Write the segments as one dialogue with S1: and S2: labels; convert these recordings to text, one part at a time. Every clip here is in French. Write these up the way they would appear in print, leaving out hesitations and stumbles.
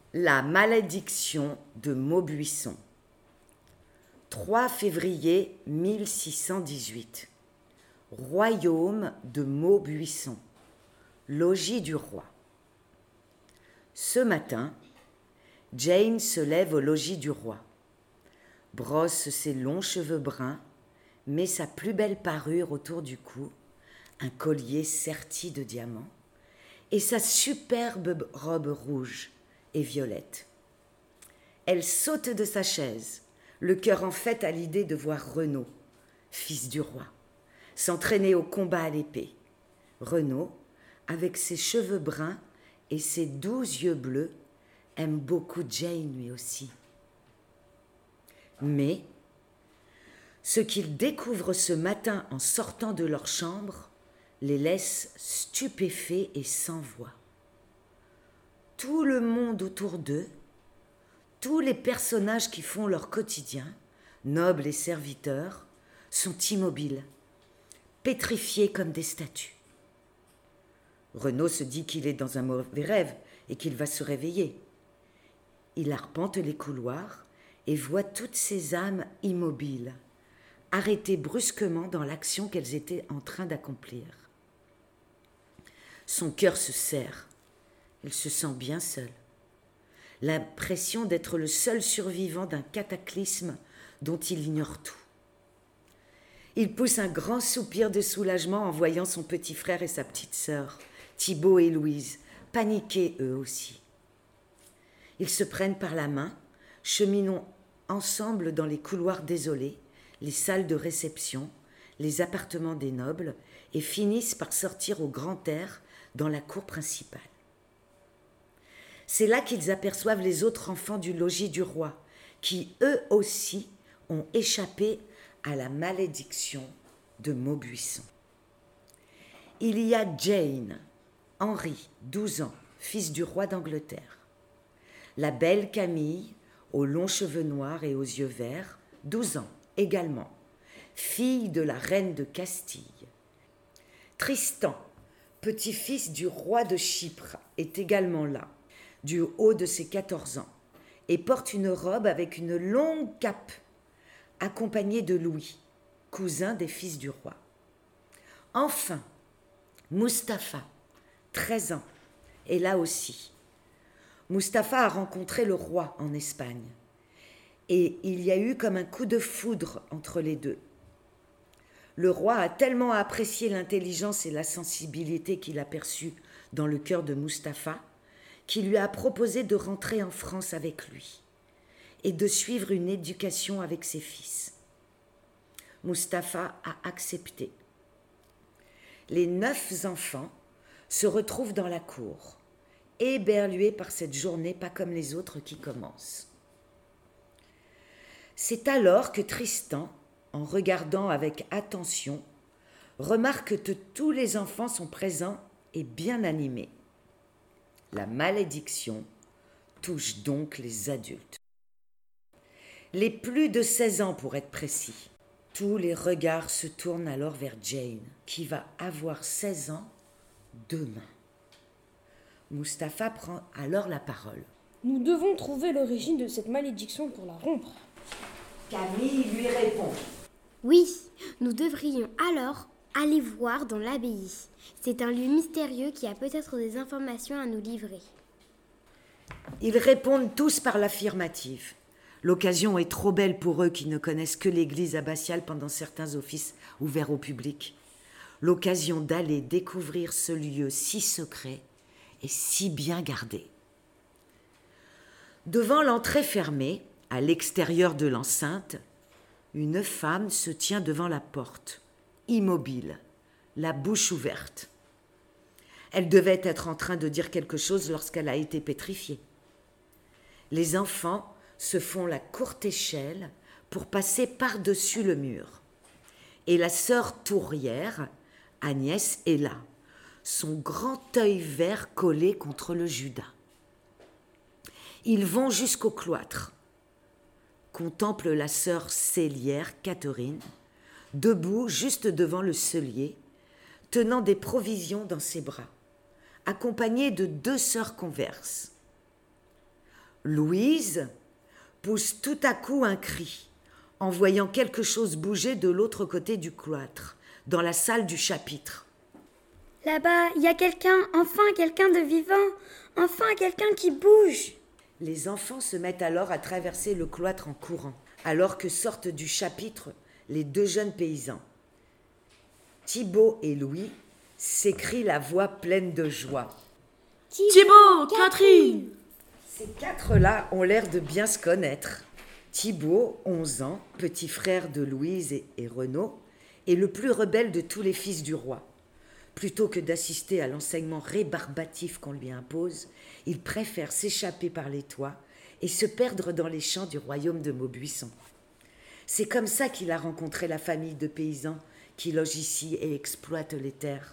S1: La malédiction de Maubuisson. 3 février 1618. Royaume de Maubuisson. Logis du roi. Ce matin, Jane se lève au logis du roi, brosse ses longs cheveux bruns, met sa plus belle parure autour du cou, un collier serti de diamants, et sa superbe robe rouge et violette. Elle saute de sa chaise, le cœur en fête à l'idée de voir Renaud, fils du roi, s'entraîner au combat à l'épée. Renaud, avec ses cheveux bruns et ses doux yeux bleus, aime beaucoup Jane lui aussi. Mais ce qu'ils découvrent ce matin en sortant de leur chambre les laisse stupéfaits et sans voix. Tout le monde autour d'eux, tous les personnages qui font leur quotidien, nobles et serviteurs, sont immobiles, pétrifiés comme des statues. Renaud se dit qu'il est dans un mauvais rêve et qu'il va se réveiller. Il arpente les couloirs et voit toutes ces âmes immobiles, arrêtées brusquement dans l'action qu'elles étaient en train d'accomplir. Son cœur se serre. Elle se sent bien seule. L'impression d'être le seul survivant d'un cataclysme dont il ignore tout. Il pousse un grand soupir de soulagement en voyant son petit frère et sa petite sœur, Thibaut et Louise, paniqués eux aussi. Ils se prennent par la main, cheminant ensemble dans les couloirs désolés, les salles de réception, les appartements des nobles, et finissent par sortir au grand air dans la cour principale. C'est là qu'ils aperçoivent les autres enfants du logis du roi, qui eux aussi ont échappé à la malédiction de Maubuisson. Il y a Jane, Henri, 12 ans, fils du roi d'Angleterre. La belle Camille, aux longs cheveux noirs et aux yeux verts, 12 ans également, fille de la reine de Castille. Tristan, petit-fils du roi de Chypre, est également là, du haut de ses 14 ans, et porte une robe avec une longue cape, accompagnée de Louis, cousin des fils du roi. Enfin, Mustapha, 13 ans, est là aussi. Mustapha a rencontré le roi en Espagne, et il y a eu comme un coup de foudre entre les deux. Le roi a tellement apprécié l'intelligence et la sensibilité qu'il a perçue dans le cœur de Mustapha qu'il lui a proposé de rentrer en France avec lui et de suivre une éducation avec ses fils. Mustapha a accepté. Les 9 enfants se retrouvent dans la cour, éberlués par cette journée pas comme les autres qui commencent. C'est alors que Tristan, en regardant avec attention, remarque que tous les enfants sont présents et bien animés. La malédiction touche donc les adultes. Les plus de 16 ans pour être précis. Tous les regards se tournent alors vers Jane, qui va avoir 16 ans demain. Mustapha prend alors la parole.
S2: Nous devons trouver l'origine de cette malédiction pour la rompre.
S1: Camille lui répond.
S3: Oui, nous devrions alors aller voir dans l'abbaye. C'est un lieu mystérieux qui a peut-être des informations à nous livrer.
S1: Ils répondent tous par l'affirmative. L'occasion est trop belle pour eux qui ne connaissent que l'église abbatiale pendant certains offices ouverts au public. L'occasion d'aller découvrir ce lieu si secret et si bien gardé. Devant l'entrée fermée, à l'extérieur de l'enceinte, une femme se tient devant la porte, immobile, la bouche ouverte. Elle devait être en train de dire quelque chose lorsqu'elle a été pétrifiée. Les enfants se font la courte échelle pour passer par-dessus le mur. Et la sœur tourière, Agnès, est là, son grand œil vert collé contre le judas. Ils vont jusqu'au cloître, contemplent la sœur célière, Catherine, debout juste devant le cellier, tenant des provisions dans ses bras, accompagnée de 2 sœurs converses. Louise pousse tout à coup un cri en voyant quelque chose bouger de l'autre côté du cloître, dans la salle du chapitre.
S3: Là-bas, il y a quelqu'un de vivant, enfin quelqu'un qui bouge.
S1: Les enfants se mettent alors à traverser le cloître en courant, alors que sortent du chapitre les deux jeunes paysans. Thibaut et Louis s'écrient la voix pleine de joie.
S2: Thibaut, Catherine!
S1: Ces quatre-là ont l'air de bien se connaître. Thibaut, 11 ans, petit frère de Louise et Renaud, est le plus rebelle de tous les fils du roi. Plutôt que d'assister à l'enseignement rébarbatif qu'on lui impose, il préfère s'échapper par les toits et se perdre dans les champs du royaume de Maubuisson. C'est comme ça qu'il a rencontré la famille de paysans qui logent ici et exploitent les terres.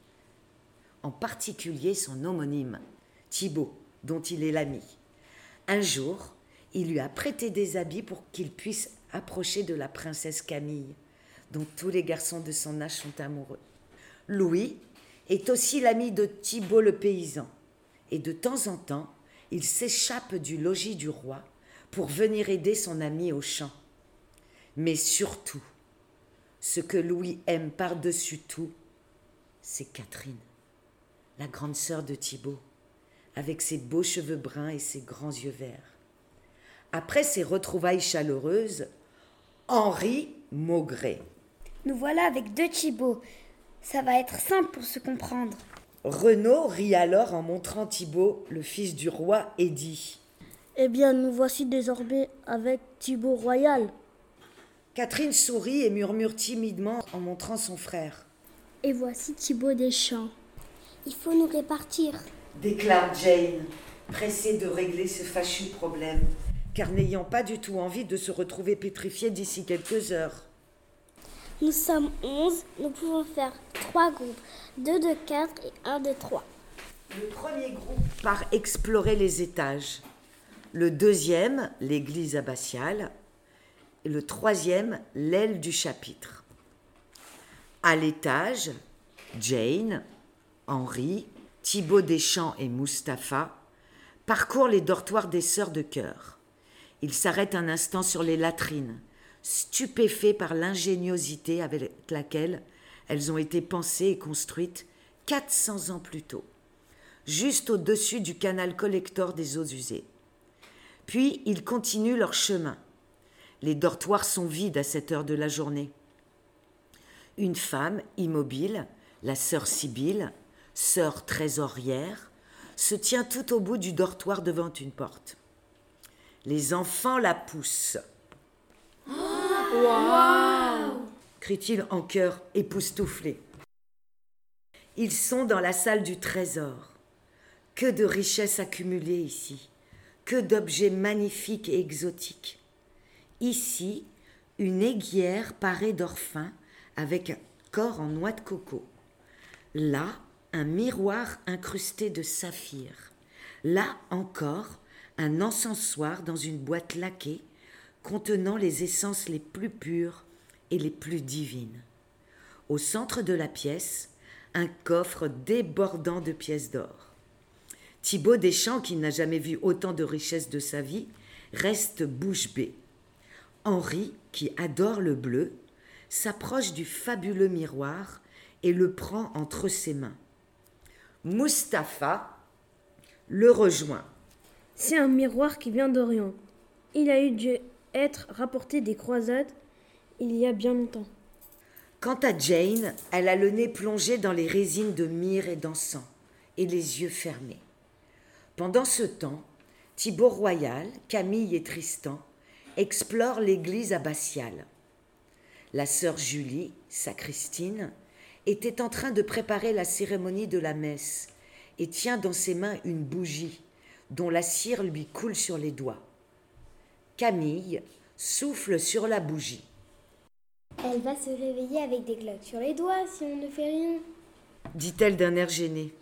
S1: En particulier son homonyme, Thibaut, dont il est l'ami. Un jour, il lui a prêté des habits pour qu'il puisse approcher de la princesse Camille, dont tous les garçons de son âge sont amoureux. Louis est aussi l'ami de Thibaut le paysan, et de temps en temps, il s'échappe du logis du roi pour venir aider son ami au champ. Mais surtout, ce que Louis aime par-dessus tout, c'est Catherine, la grande sœur de Thibaut, avec ses beaux cheveux bruns et ses grands yeux verts. Après ces retrouvailles chaleureuses, Henri maugrait.
S3: Nous voilà avec deux Thibaut. Ça va être simple pour se comprendre.
S1: Renaud rit alors en montrant Thibaut, le fils du roi, et dit :
S2: Eh bien, nous voici désormais avec Thibaut Royal.
S1: Catherine sourit et murmure timidement en montrant son frère.
S3: Et voici Thibaut Deschamps. Il faut nous répartir,
S1: Déclare Jane, pressée de régler ce fâcheux problème, car n'ayant pas du tout envie de se retrouver pétrifiée d'ici quelques heures.
S3: Nous sommes 11, nous pouvons faire 3 groupes, 2 de 4 et 1 de 3.
S1: Le premier groupe part explorer les étages, le deuxième, l'église abbatiale, et le troisième, l'aile du chapitre. À l'étage, Jane, Henri, Thibaut Deschamps et Mustapha parcourent les dortoirs des sœurs de chœur. Ils s'arrêtent un instant sur les latrines, stupéfaits par l'ingéniosité avec laquelle elles ont été pensées et construites 400 ans plus tôt, juste au-dessus du canal collector des eaux usées. Puis ils continuent leur chemin. Les dortoirs sont vides à cette heure de la journée. Une femme immobile, la sœur Sibylle, sœur trésorière, se tient tout au bout du dortoir devant une porte. Les enfants la poussent.
S2: Waouh!
S1: Crie-t-il en chœur époustouflé. Ils sont dans la salle du trésor. Que de richesses accumulées ici, que d'objets magnifiques et exotiques. Ici, une aiguière parée d'or fin avec un corps en noix de coco. Là, un miroir incrusté de saphir. Là encore, un encensoir dans une boîte laquée contenant les essences les plus pures et les plus divines. Au centre de la pièce, un coffre débordant de pièces d'or. Thibaut Deschamps, qui n'a jamais vu autant de richesses de sa vie, reste bouche bée. Henri, qui adore le bleu, s'approche du fabuleux miroir et le prend entre ses mains. Mustapha le rejoint.
S2: C'est un miroir qui vient d'Orient. Il a dû être rapporté des croisades il y a bien longtemps.
S1: Quant à Jane, elle a le nez plongé dans les résines de myrrhe et d'encens et les yeux fermés. Pendant ce temps, Thibaut Royal, Camille et Tristan explorent l'église abbatiale. La sœur Julie, sacristine, était en train de préparer la cérémonie de la messe et tient dans ses mains une bougie dont la cire lui coule sur les doigts. Camille souffle sur la bougie.
S3: Elle va se réveiller avec des glottes sur les doigts si on ne fait rien,
S1: dit-elle d'un air gêné.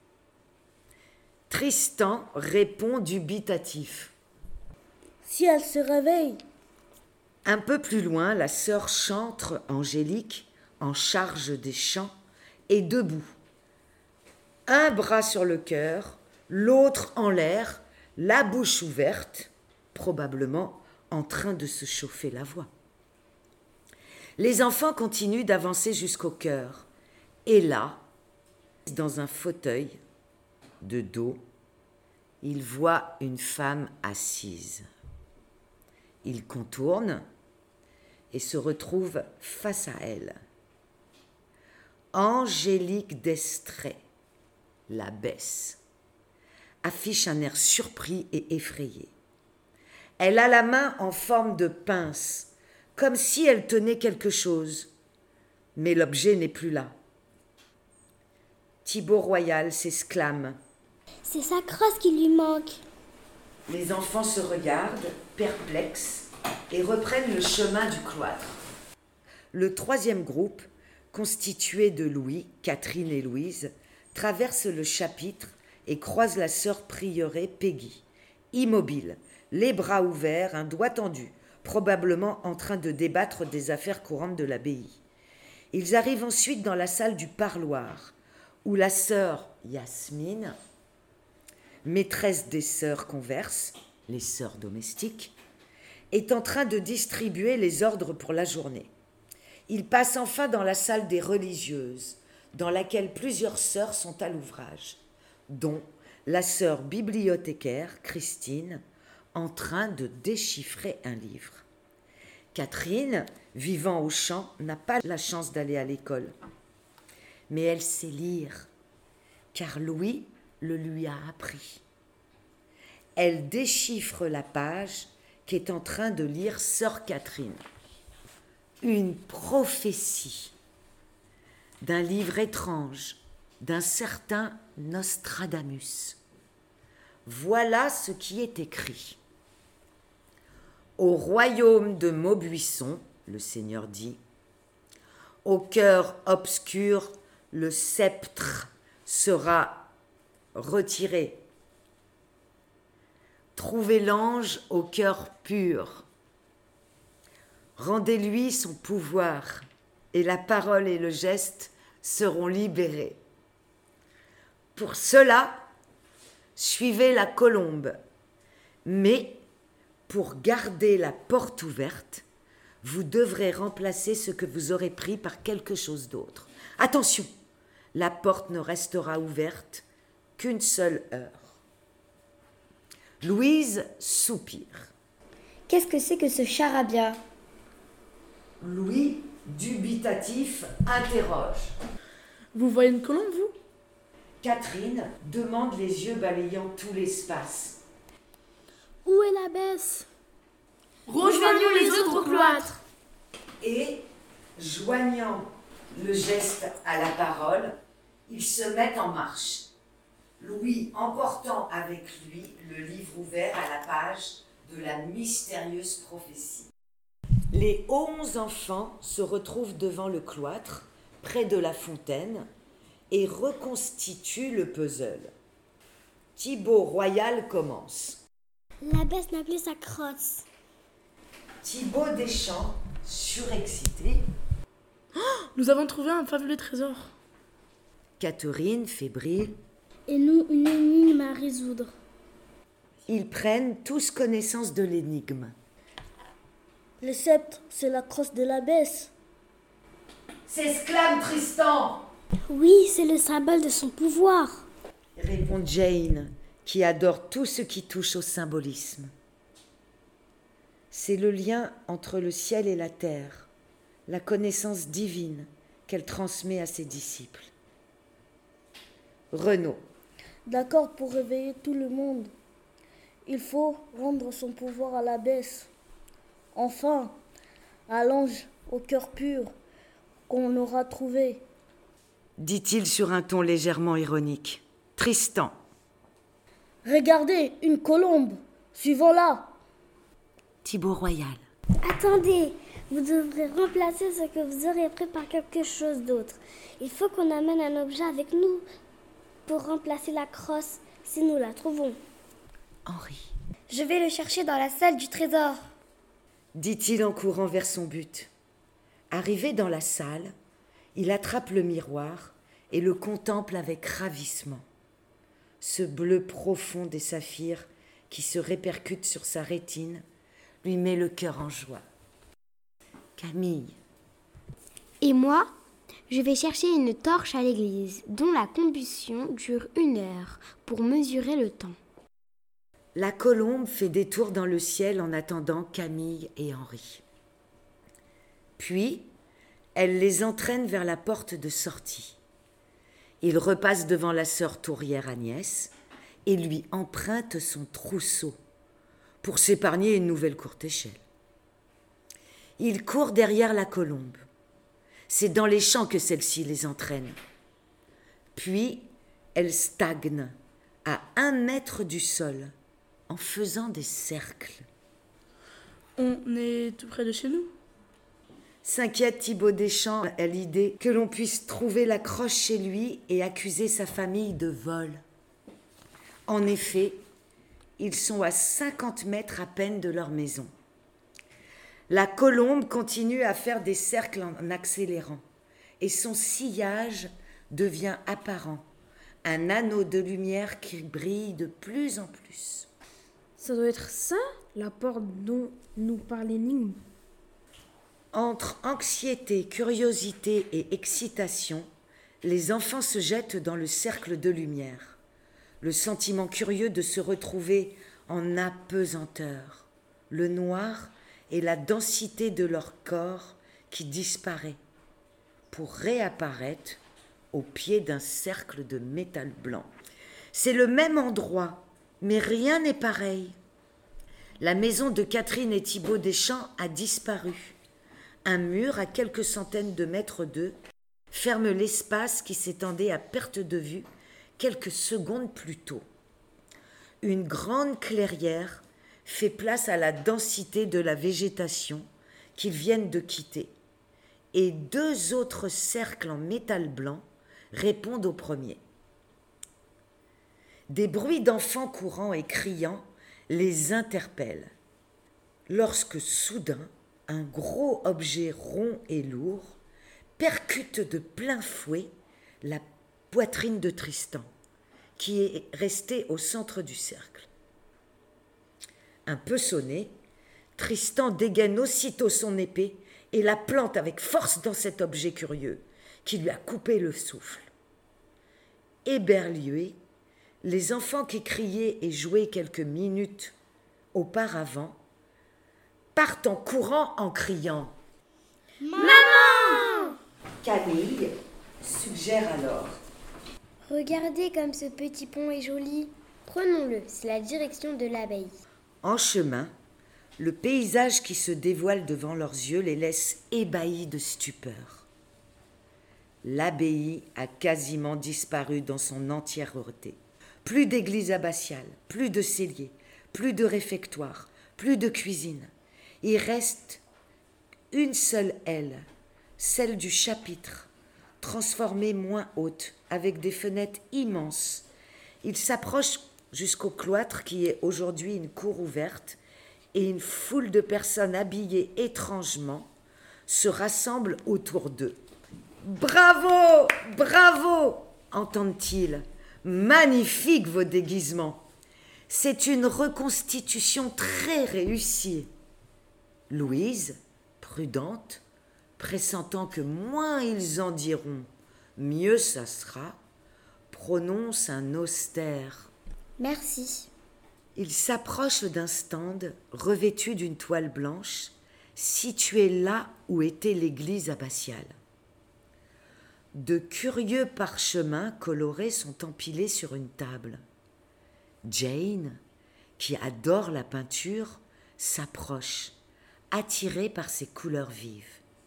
S1: Tristan répond dubitatif.
S2: Si elle se réveille.
S1: Un peu plus loin, la sœur chantre Angélique, en charge des chants, est debout. Un bras sur le cœur, l'autre en l'air, la bouche ouverte, probablement en train de se chauffer la voix. Les enfants continuent d'avancer jusqu'au chœur. Et là, dans un fauteuil de dos, ils voient une femme assise. Ils contournent et se retrouvent face à elle. Angélique d'Estrées, l'abbesse, affiche un air surpris et effrayé. Elle a la main en forme de pince, comme si elle tenait quelque chose, mais l'objet n'est plus là. Thibaut Royal s'exclame.
S3: C'est sa crosse qui lui manque.
S1: Les enfants se regardent, perplexes, et reprennent le chemin du cloître. Le troisième groupe, constitué de Louis, Catherine et Louise, traverse le chapitre et croise la sœur prieurée Peggy, immobile, les bras ouverts, un doigt tendu, probablement en train de débattre des affaires courantes de l'abbaye. Ils arrivent ensuite dans la salle du parloir, où la sœur Yasmine, maîtresse des sœurs converses, les sœurs domestiques, est en train de distribuer les ordres pour la journée. Ils passent enfin dans la salle des religieuses, dans laquelle plusieurs sœurs sont à l'ouvrage, dont la sœur bibliothécaire, Christine, en train de déchiffrer un livre. Catherine, vivant au champ, n'a pas la chance d'aller à l'école. Mais elle sait lire, car Louis le lui a appris. Elle déchiffre la page qu'est en train de lire sœur Catherine. Une prophétie d'un livre étrange d'un certain Nostradamus. Voilà ce qui est écrit. Au royaume de Maubuisson, le Seigneur dit, au cœur obscur, le sceptre sera retiré. Trouvez l'ange au cœur pur. Rendez-lui son pouvoir, et la parole et le geste seront libérés. Pour cela, suivez la colombe, mais pour garder la porte ouverte, vous devrez remplacer ce que vous aurez pris par quelque chose d'autre. Attention, la porte ne restera ouverte qu'une seule heure. Louise soupire.
S3: Qu'est-ce que c'est que ce charabia?
S1: Louis, dubitatif, interroge.
S4: Vous voyez une colombe, vous?
S1: Catherine demande les yeux balayant tout l'espace.
S3: Où est l'abbesse?
S4: Rejoignons les autres au cloître.
S1: Et, joignant le geste à la parole, ils se mettent en marche. Louis emportant avec lui le livre ouvert à la page de la mystérieuse prophétie. Les 11 enfants se retrouvent devant le cloître, près de la fontaine, et reconstituent le puzzle. Thibaut Royal commence.
S3: L'abbesse n'a plus sa crosse.
S1: Thibaut Deschamps, surexcité.
S4: Nous avons trouvé un fabuleux trésor.
S1: Catherine, fébrile.
S3: Et nous, une énigme à résoudre.
S1: Ils prennent tous connaissance de l'énigme.
S2: Le sceptre, c'est la crosse de l'abbesse.
S1: S'exclame Tristan,
S3: Oui, c'est le symbole de son pouvoir.
S1: répond Jane, qui adore tout ce qui touche au symbolisme. C'est le lien entre le ciel et la terre, la connaissance divine qu'elle transmet à ses disciples. Renaud.
S2: D'accord, pour réveiller tout le monde, il faut rendre son pouvoir à l'abbesse. Enfin, à l'ange au cœur pur qu'on aura trouvé.
S1: Dit-il sur un ton légèrement ironique. Tristan.
S2: Regardez, une colombe. Suivons-la.
S1: Thibaut Royal.
S3: Attendez, vous devrez remplacer ce que vous aurez pris par quelque chose d'autre. Il faut qu'on amène un objet avec nous pour remplacer la crosse si nous la trouvons.
S1: Henri.
S3: Je vais le chercher dans la salle du trésor.
S1: Dit-il en courant vers son but. Arrivé dans la salle, il attrape le miroir et le contemple avec ravissement. Ce bleu profond des saphirs qui se répercute sur sa rétine lui met le cœur en joie. Camille.
S3: Et moi, je vais chercher une torche à l'église, dont la combustion dure 1 heure, pour mesurer le temps.
S1: La colombe fait des tours dans le ciel en attendant Camille et Henri. Puis, elle les entraîne vers la porte de sortie. Il repasse devant la sœur tourière Agnès et lui emprunte son trousseau pour s'épargner une nouvelle courte échelle. Il court derrière la colombe. C'est dans les champs que celle-ci les entraîne. Puis, elle stagne à 1 mètre du sol en faisant des cercles.
S4: On est tout près de chez nous.
S1: S'inquiète Thibaut Deschamps à l'idée que l'on puisse trouver la croche chez lui et accuser sa famille de vol. En effet, ils sont à 50 mètres à peine de leur maison. La colombe continue à faire des cercles en accélérant et son sillage devient apparent, un anneau de lumière qui brille de plus en plus.
S5: Ça doit être ça, la porte dont nous parle l'énigme.
S1: Entre anxiété, curiosité et excitation, les enfants se jettent dans le cercle de lumière. Le sentiment curieux de se retrouver en apesanteur, le noir et la densité de leur corps qui disparaît pour réapparaître au pied d'un cercle de métal blanc. C'est le même endroit, mais rien n'est pareil. La maison de Catherine et Thibaut Deschamps a disparu. Un mur à quelques centaines de mètres d'eux ferme l'espace qui s'étendait à perte de vue quelques secondes plus tôt. Une grande clairière fait place à la densité de la végétation qu'ils viennent de quitter, et 2 autres cercles en métal blanc répondent au premier. Des bruits d'enfants courant et criant les interpellent, lorsque soudain, un gros objet rond et lourd percute de plein fouet la poitrine de Tristan, qui est resté au centre du cercle. Un peu sonné, Tristan dégaine aussitôt son épée et la plante avec force dans cet objet curieux, qui lui a coupé le souffle. Éberlués, les enfants qui criaient et jouaient quelques minutes auparavant partent en courant en criant « Maman !» Camille suggère alors
S3: « Regardez comme ce petit pont est joli. Prenons-le, c'est la direction de l'abbaye. »
S1: En chemin, le paysage qui se dévoile devant leurs yeux les laisse ébahis de stupeur. L'abbaye a quasiment disparu dans son entièreté. Plus d'église abbatiale, plus de cellier, plus de réfectoire, plus de cuisine. Il reste une seule aile, celle du chapitre, transformée moins haute, avec des fenêtres immenses. Il s'approche jusqu'au cloître qui est aujourd'hui une cour ouverte et une foule de personnes habillées étrangement se rassemblent autour d'eux. « Bravo, bravo !» entendent-ils. « Magnifique vos déguisements ! C'est une reconstitution très réussie. » Louise, prudente, pressentant que moins ils en diront, mieux ça sera, prononce un austère
S3: « Merci. »
S1: Il s'approche d'un stand revêtu d'une toile blanche, situé là où était l'église abbatiale. De curieux parchemins colorés sont empilés sur une table. Jane, qui adore la peinture, s'approche, attirée par ces couleurs vives.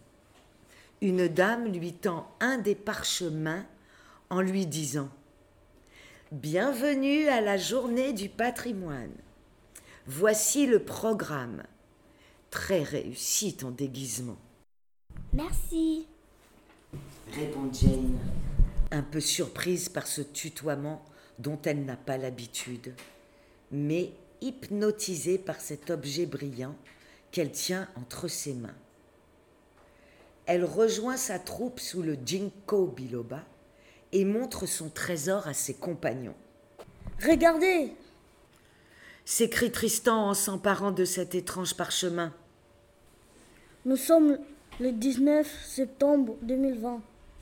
S1: Une dame lui tend un des parchemins en lui disant « Bienvenue à la journée du patrimoine. Voici le programme. Très réussi ton déguisement. »
S3: « Merci. »
S1: répond Jane, un peu surprise par ce tutoiement dont elle n'a pas l'habitude, mais hypnotisée par cet objet brillant qu'elle tient entre ses mains. Elle rejoint sa troupe sous le ginkgo biloba et montre son trésor à ses compagnons.
S2: Regardez !
S1: s'écrie Tristan en s'emparant de cet étrange parchemin.
S2: Nous sommes le 19 septembre 2020.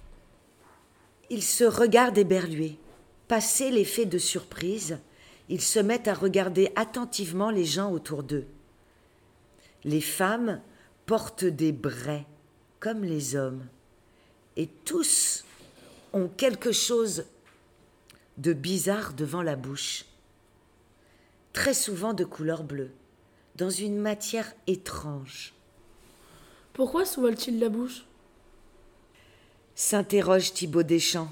S1: Ils se regardent éberlués. Passé l'effet de surprise, ils se mettent à regarder attentivement les gens autour d'eux. Les femmes portent des braies, comme les hommes, et tous ont quelque chose de bizarre devant la bouche, très souvent de couleur bleue, dans une matière étrange.
S4: Pourquoi se voile-t-il la bouche?
S1: S'interroge Thibaut Deschamps.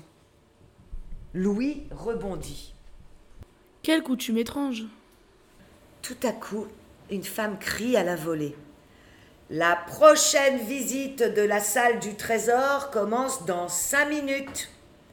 S1: Louis rebondit.
S4: Quelle coutume étrange!
S1: Tout à coup, une femme crie à la volée. La prochaine visite de la salle du trésor commence dans 5 minutes.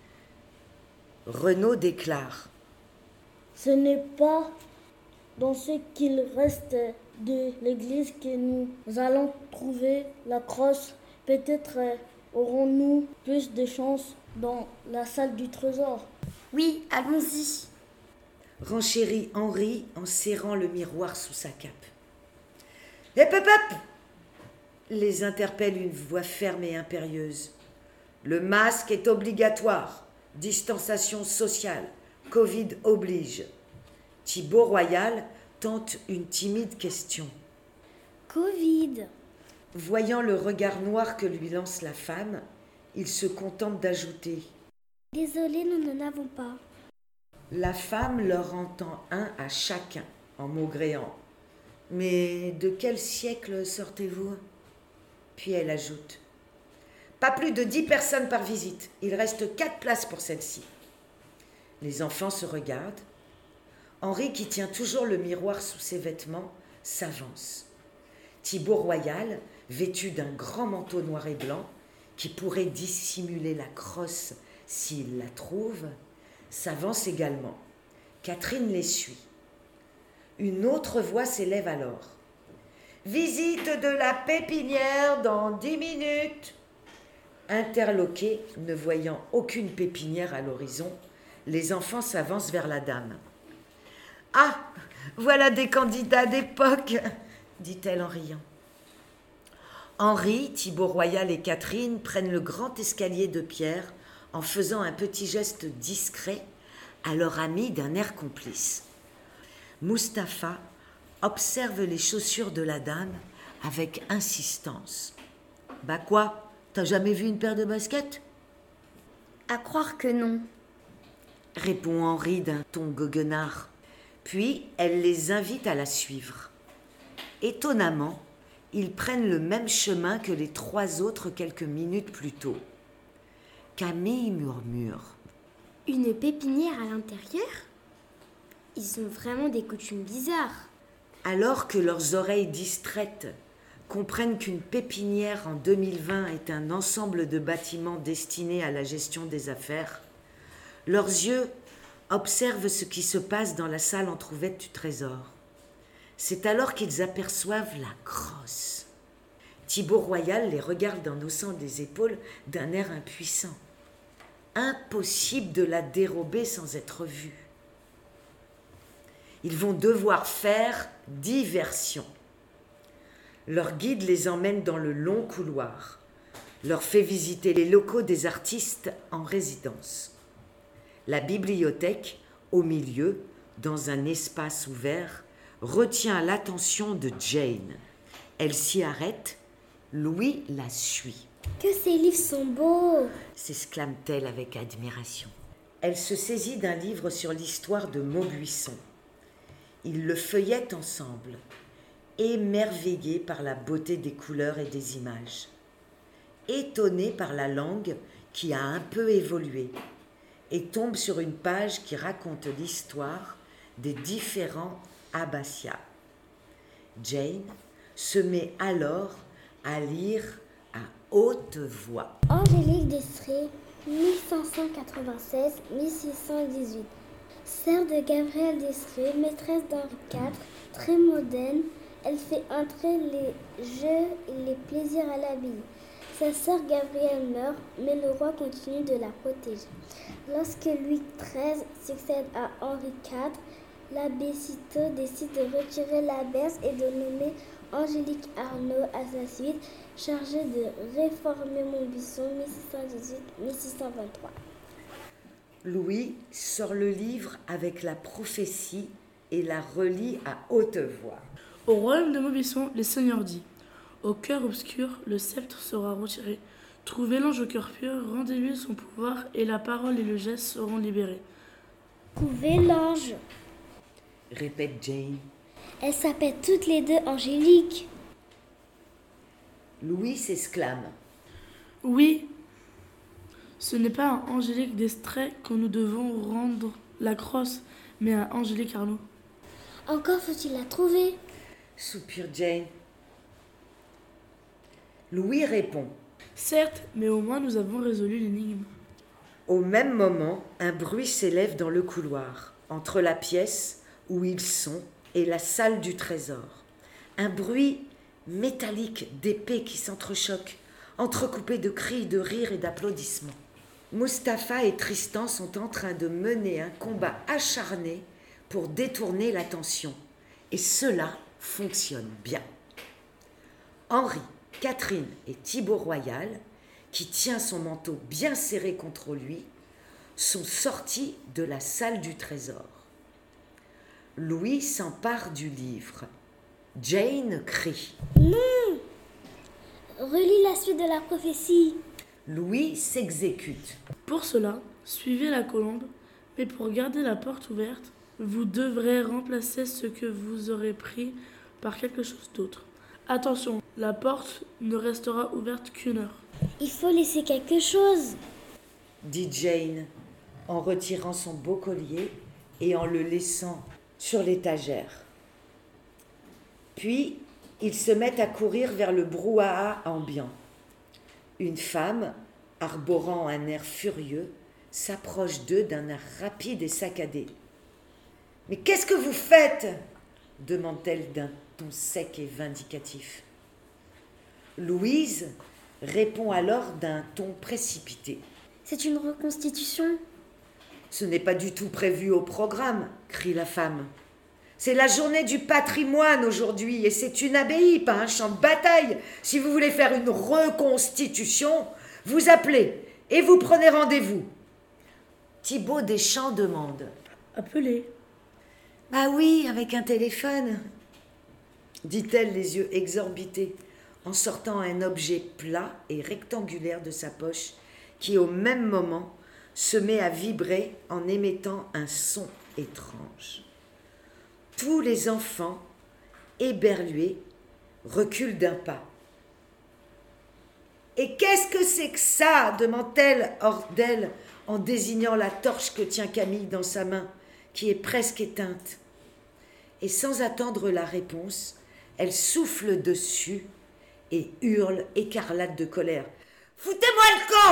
S1: Renaud déclare.
S2: Ce n'est pas dans ce qu'il reste de l'église que nous allons trouver la crosse. Peut-être aurons-nous plus de chance dans la salle du trésor.
S3: Oui, allons-y.
S1: Renchérit Henri en serrant le miroir sous sa cape. Hep hep hep! Les interpelle une voix ferme et impérieuse. Le masque est obligatoire. Distanciation sociale. Covid oblige. Thibaut Royal tente une timide question.
S3: Covid.
S1: Voyant le regard noir que lui lance la femme, il se contente d'ajouter.
S3: Désolée, nous n'en avons pas.
S1: La femme leur en tend un à chacun, en maugréant. Mais de quel siècle sortez-vous? Puis elle ajoute. Pas plus de 10 personnes par visite. Il reste 4 places pour celle-ci. Les enfants se regardent. Henri, qui tient toujours le miroir sous ses vêtements, s'avance. Thibaut Royal, vêtu d'un grand manteau noir et blanc, qui pourrait dissimuler la crosse s'il la trouve, s'avance également. Catherine les suit. Une autre voix s'élève alors. Visite de la pépinière dans 10 minutes. Interloqués, ne voyant aucune pépinière à l'horizon, les enfants s'avancent vers la dame. Ah, voilà des candidats d'époque, dit-elle en riant. Henri, Thibaut Royal et Catherine prennent le grand escalier de pierre en faisant un petit geste discret à leur ami d'un air complice. Mustapha observe les chaussures de la dame avec insistance. « Bah quoi, t'as jamais vu une paire de baskets ?»
S3: À croire que non.
S1: Répond Henri d'un ton goguenard. Puis elle les invite à la suivre. Étonnamment, ils prennent le même chemin que les 3 autres quelques minutes plus tôt. Camille murmure.
S3: Une pépinière à l'intérieur? Ils ont vraiment des coutumes bizarres.
S1: Alors que leurs oreilles distraites comprennent qu'une pépinière en 2020 est un ensemble de bâtiments destinés à la gestion des affaires, leurs yeux observent ce qui se passe dans la salle entr'ouverte du trésor. C'est alors qu'ils aperçoivent la crosse. Thibaut Royal les regarde en haussant des épaules d'un air impuissant. Impossible de la dérober sans être vu. Ils vont devoir faire diversion. Leur guide les emmène dans le long couloir, leur fait visiter les locaux des artistes en résidence. La bibliothèque, au milieu, dans un espace ouvert, retient l'attention de Jane. Elle s'y arrête, Louis la suit.
S3: Que ces livres sont beaux!
S1: S'exclame-t-elle avec admiration. Elle se saisit d'un livre sur l'histoire de Maubuisson. Ils le feuillettent ensemble, émerveillés par la beauté des couleurs et des images, étonnés par la langue qui a un peu évolué, et tombent sur une page qui raconte l'histoire des différents abbatiats. Jane se met alors à lire à haute voix.
S3: Angélique d'Estrées, 1596-1618. Sœur de Gabrielle d'Estrées, maîtresse d'Henri IV, très moderne, elle fait entrer les jeux et les plaisirs à l'abbaye. Sa sœur Gabrielle meurt, mais le roi continue de la protéger. Lorsque Louis XIII succède à Henri IV, L'abbé Citeaux décide de retirer l'abbesse et de nommer Angélique Arnaud à sa suite, chargée de réformer Montbuisson 1618-1623.
S1: Louis sort le livre avec la prophétie et la relit à haute voix.
S4: Au royaume de Montbuisson, les seigneurs disent au cœur obscur, le sceptre sera retiré. Trouvez l'ange au cœur pur, rendez-lui son pouvoir, et la parole et le geste seront libérés.
S3: Couvez l'ange.
S1: Répète Jane.
S3: Elles s'appellent toutes les deux Angélique.
S1: Louis s'exclame.
S4: Oui, ce n'est pas à Angélique d'Estrée que nous devons rendre la crosse, mais à Angélique Arnaud.
S3: Encore faut-il la trouver.
S1: Soupire Jane. Louis répond.
S4: Certes, mais au moins nous avons résolu l'énigme.
S1: Au même moment, un bruit s'élève dans le couloir, entre la pièce où ils sont et la salle du trésor. Un bruit métallique d'épées qui s'entrechoquent, entrecoupé de cris, de rires et d'applaudissements. Mustapha et Tristan sont en train de mener un combat acharné pour détourner l'attention. Et cela fonctionne bien. Henri, Catherine et Thibaut Royal, qui tient son manteau bien serré contre lui, sont sortis de la salle du trésor. Louis s'empare du livre. Jane crie.
S3: Non! Relis la suite de la prophétie.
S1: Louis s'exécute.
S4: Pour cela, suivez la colombe, mais pour garder la porte ouverte, vous devrez remplacer ce que vous aurez pris par quelque chose d'autre. Attention, la porte ne restera ouverte qu'1 heure.
S3: Il faut laisser quelque chose.
S1: Dit Jane, en retirant son beau collier et en le laissant sur l'étagère. Puis, ils se mettent à courir vers le brouhaha ambiant. Une femme, arborant un air furieux, s'approche d'eux d'un air rapide et saccadé. « Mais qu'est-ce que vous faites ?» demande-t-elle d'un ton sec et vindicatif. Louise répond alors d'un ton précipité.
S3: « C'est une reconstitution. »
S1: « Ce n'est pas du tout prévu au programme, » crie la femme. « C'est la journée du patrimoine aujourd'hui et c'est une abbaye, pas un champ de bataille. Si vous voulez faire une reconstitution, vous appelez et vous prenez rendez-vous. » Thibaut Deschamps demande.
S4: « Appelez. »«
S1: Ah oui, avec un téléphone, » dit-elle les yeux exorbités, en sortant un objet plat et rectangulaire de sa poche qui, au même moment, se met à vibrer en émettant un son étrange. Tous les enfants, éberlués, reculent d'un pas. « Et qu'est-ce que c'est que ça ?» demande-t-elle hors d'elle en désignant la torche que tient Camille dans sa main, qui est presque éteinte. Et sans attendre la réponse, elle souffle dessus et hurle écarlate de colère. « Foutez-moi le camp !»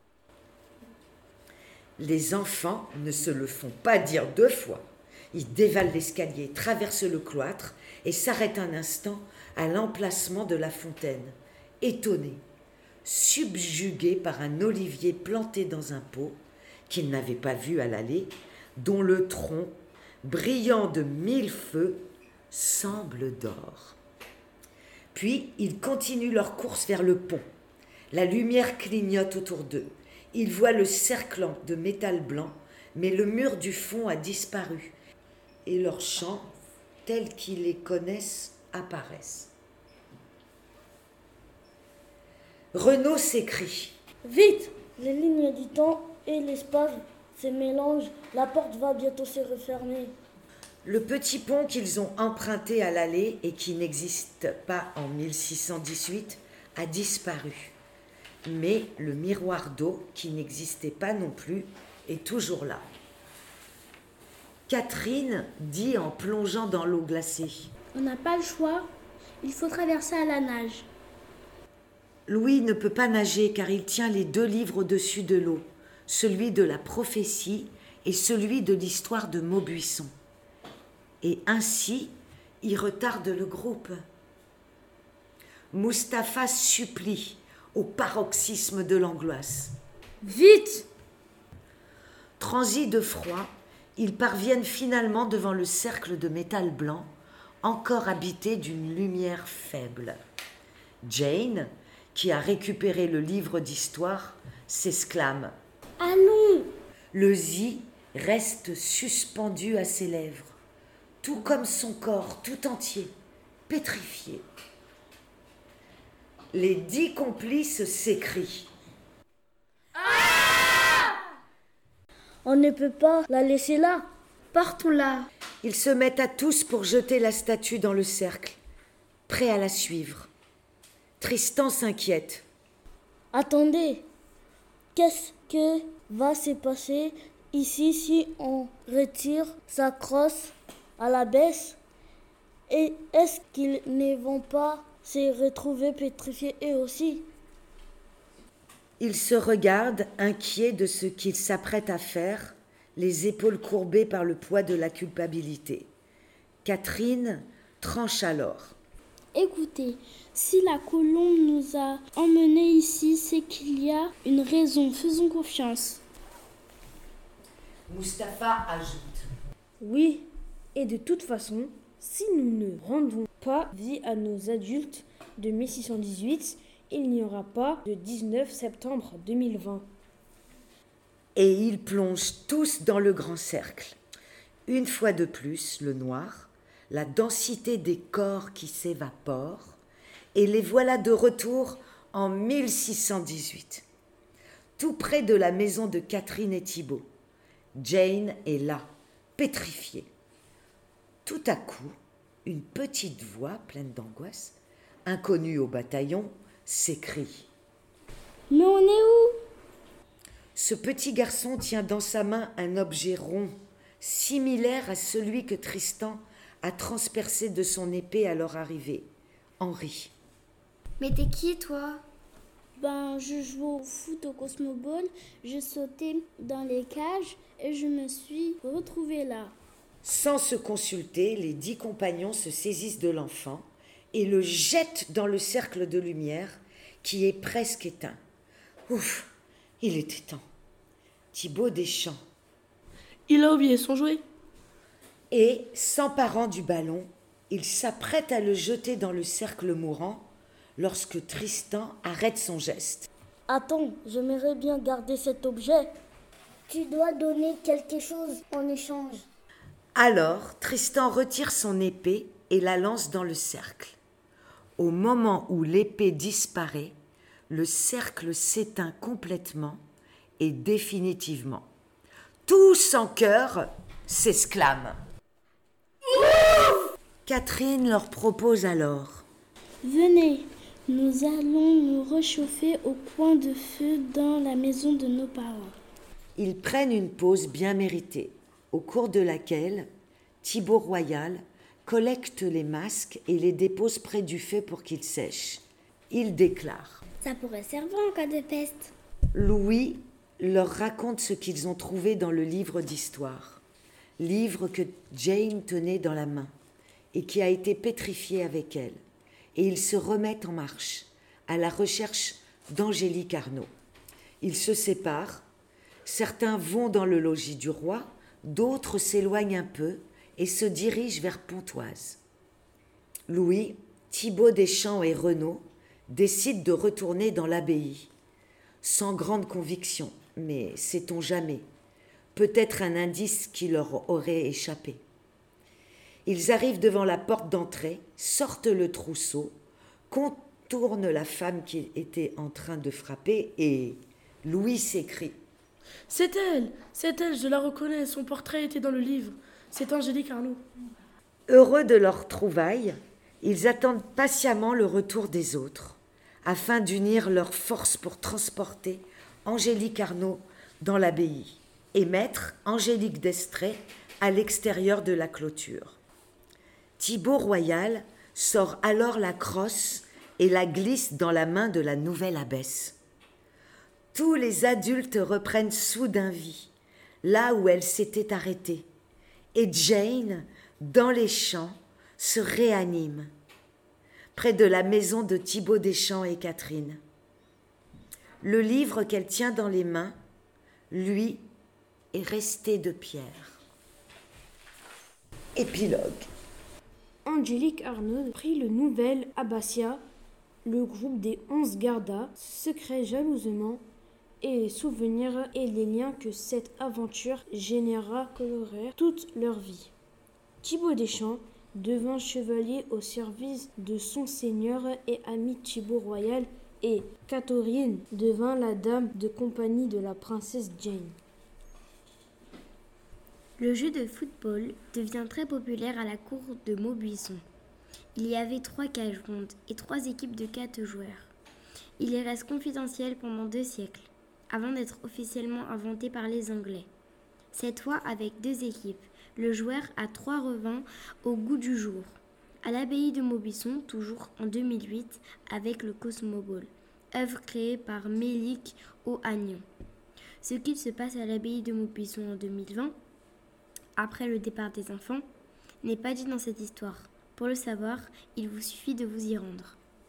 S1: Les enfants ne se le font pas dire 2 fois. Ils dévalent l'escalier, traversent le cloître et s'arrêtent un instant à l'emplacement de la fontaine, étonnés, subjugués par un olivier planté dans un pot qu'ils n'avaient pas vu à l'allée, dont le tronc, brillant de 1000 feux, semble d'or. Puis ils continuent leur course vers le pont. La lumière clignote autour d'eux. Ils voient le cercle de métal blanc, mais le mur du fond a disparu et leurs chants, tels qu'ils les connaissent, apparaissent. Renaud s'écrie.
S2: « Vite ! Les lignes du temps et l'espace se mélangent. La porte va bientôt se refermer. »
S1: Le petit pont qu'ils ont emprunté à l'allée et qui n'existe pas en 1618 a disparu. Mais le miroir d'eau, qui n'existait pas non plus, est toujours là. Catherine dit en plongeant dans l'eau glacée.
S3: On n'a pas le choix, il faut traverser à la nage.
S1: Louis ne peut pas nager car il tient les 2 livres au-dessus de l'eau, celui de la prophétie et celui de l'histoire de Maubuisson. Et ainsi, il retarde le groupe. Mustapha supplie au paroxysme de l'angoisse.
S5: Vite !
S1: Transi de froid, Ils parviennent finalement devant le cercle de métal blanc, encore habité d'une lumière faible. Jane, qui a récupéré le livre d'histoire, s'exclame «
S3: Allons !»
S1: Le zi reste suspendu à ses lèvres, tout comme son corps tout entier, pétrifié. Les 10 complices s'écrient.
S2: On ne peut pas la laisser là.
S5: Partons là.
S1: Ils se mettent à tous pour jeter la statue dans le cercle, prêts à la suivre. Tristan s'inquiète.
S2: Attendez, qu'est-ce que va se passer ici si on retire sa crosse à la baisse? Et est-ce qu'ils ne vont pas se retrouver pétrifiés eux aussi?
S1: Ils se regardent, inquiets de ce qu'ils s'apprêtent à faire, les épaules courbées par le poids de la culpabilité. Catherine tranche alors.
S6: Écoutez, si la colombe nous a emmenés ici, c'est qu'il y a une raison. Faisons confiance.
S1: Mustapha ajoute.
S5: Oui, et de toute façon, si nous ne rendons pas vie à nos adultes de 1618, il n'y aura pas de 19 septembre 2020.
S1: Et ils plongent tous dans le grand cercle. Une fois de plus, le noir, la densité des corps qui s'évaporent, et les voilà de retour en 1618. Tout près de la maison de Catherine et Thibaut. Jane est là, pétrifiée. Tout à coup, une petite voix pleine d'angoisse, inconnue au bataillon, s'écrie.
S6: Mais on est où?
S1: Ce petit garçon tient dans sa main un objet rond, similaire à celui que Tristan a transpercé de son épée à leur arrivée. Henri.
S3: Mais t'es qui, toi?
S6: Je joue au foot au Cosmoball, je sautais dans les cages et je me suis retrouvée là.
S1: Sans se consulter, les 10 compagnons se saisissent de l'enfant et le jettent dans le cercle de lumière qui est presque éteint. Ouf, il était temps. Thibaut Deschamps.
S4: Il a oublié son jouet.
S1: Et, s'emparant du ballon, il s'apprête à le jeter dans le cercle mourant lorsque Tristan arrête son geste.
S2: Attends, j'aimerais bien garder cet objet.
S3: Tu dois donner quelque chose en échange.
S1: Alors, Tristan retire son épée et la lance dans le cercle. Au moment où l'épée disparaît, le cercle s'éteint complètement et définitivement. Tous en chœur s'exclament. Catherine leur propose alors.
S6: Venez, nous allons nous réchauffer au coin de feu dans la maison de nos parents.
S1: Ils prennent une pause bien méritée, au cours de laquelle Thibaut Royal collecte les masques et les dépose près du feu pour qu'ils sèchent. Il déclare.
S3: Ça pourrait servir en cas de peste.
S1: Louis leur raconte ce qu'ils ont trouvé dans le livre d'histoire, livre que Jane tenait dans la main et qui a été pétrifié avec elle. Et ils se remettent en marche, à la recherche d'Angélique Arnaud. Ils se séparent, certains vont dans le logis du roi, d'autres s'éloignent un peu et se dirigent vers Pontoise. Louis, Thibaut Deschamps et Renaud décident de retourner dans l'abbaye, sans grande conviction, mais sait-on jamais, peut-être un indice qui leur aurait échappé. Ils arrivent devant la porte d'entrée, sortent le trousseau, contournent la femme qui était en train de frapper et Louis s'écrie.
S4: C'est elle, je la reconnais, son portrait était dans le livre. C'est Angélique Arnaud.
S1: Heureux de leur trouvaille, ils attendent patiemment le retour des autres, afin d'unir leurs forces pour transporter Angélique Arnaud dans l'abbaye et mettre Angélique d'Estrées à l'extérieur de la clôture. Thibaut Royal sort alors la crosse et la glisse dans la main de la nouvelle abbesse. Tous les adultes reprennent soudain vie, là où elle s'était arrêtée, et Jane, dans les champs, se réanime, près de la maison de Thibaut Deschamps et Catherine. Le livre qu'elle tient dans les mains, lui, est resté de pierre. Épilogue.
S5: Angélique Arnaud prit le nouvel Abbassia, le groupe des 11 Gardas, secret jalousement, et les souvenirs et les liens que cette aventure généra colorèrent toute leur vie. Thibaut Deschamps devint chevalier au service de son seigneur et ami Thibaut Royal, et Catherine devint la dame de compagnie de la princesse Jane.
S3: Le jeu de football devient très populaire à la cour de Maubuisson. Il y avait 3 cages rondes et 3 équipes de 4 joueurs. Il y reste confidentiel pendant 2 siècles, avant d'être officiellement inventé par les Anglais. Cette fois avec 2 équipes, le joueur a 3 revint au goût du jour. À l'abbaye de Maubuisson, toujours en 2008, avec le Cosmoball, œuvre créée par Mélic Ohanian. Ce qu'il se passe à l'abbaye de Maubuisson en 2020, après le départ des enfants, n'est pas dit dans cette histoire. Pour le savoir, il vous suffit de vous y rendre.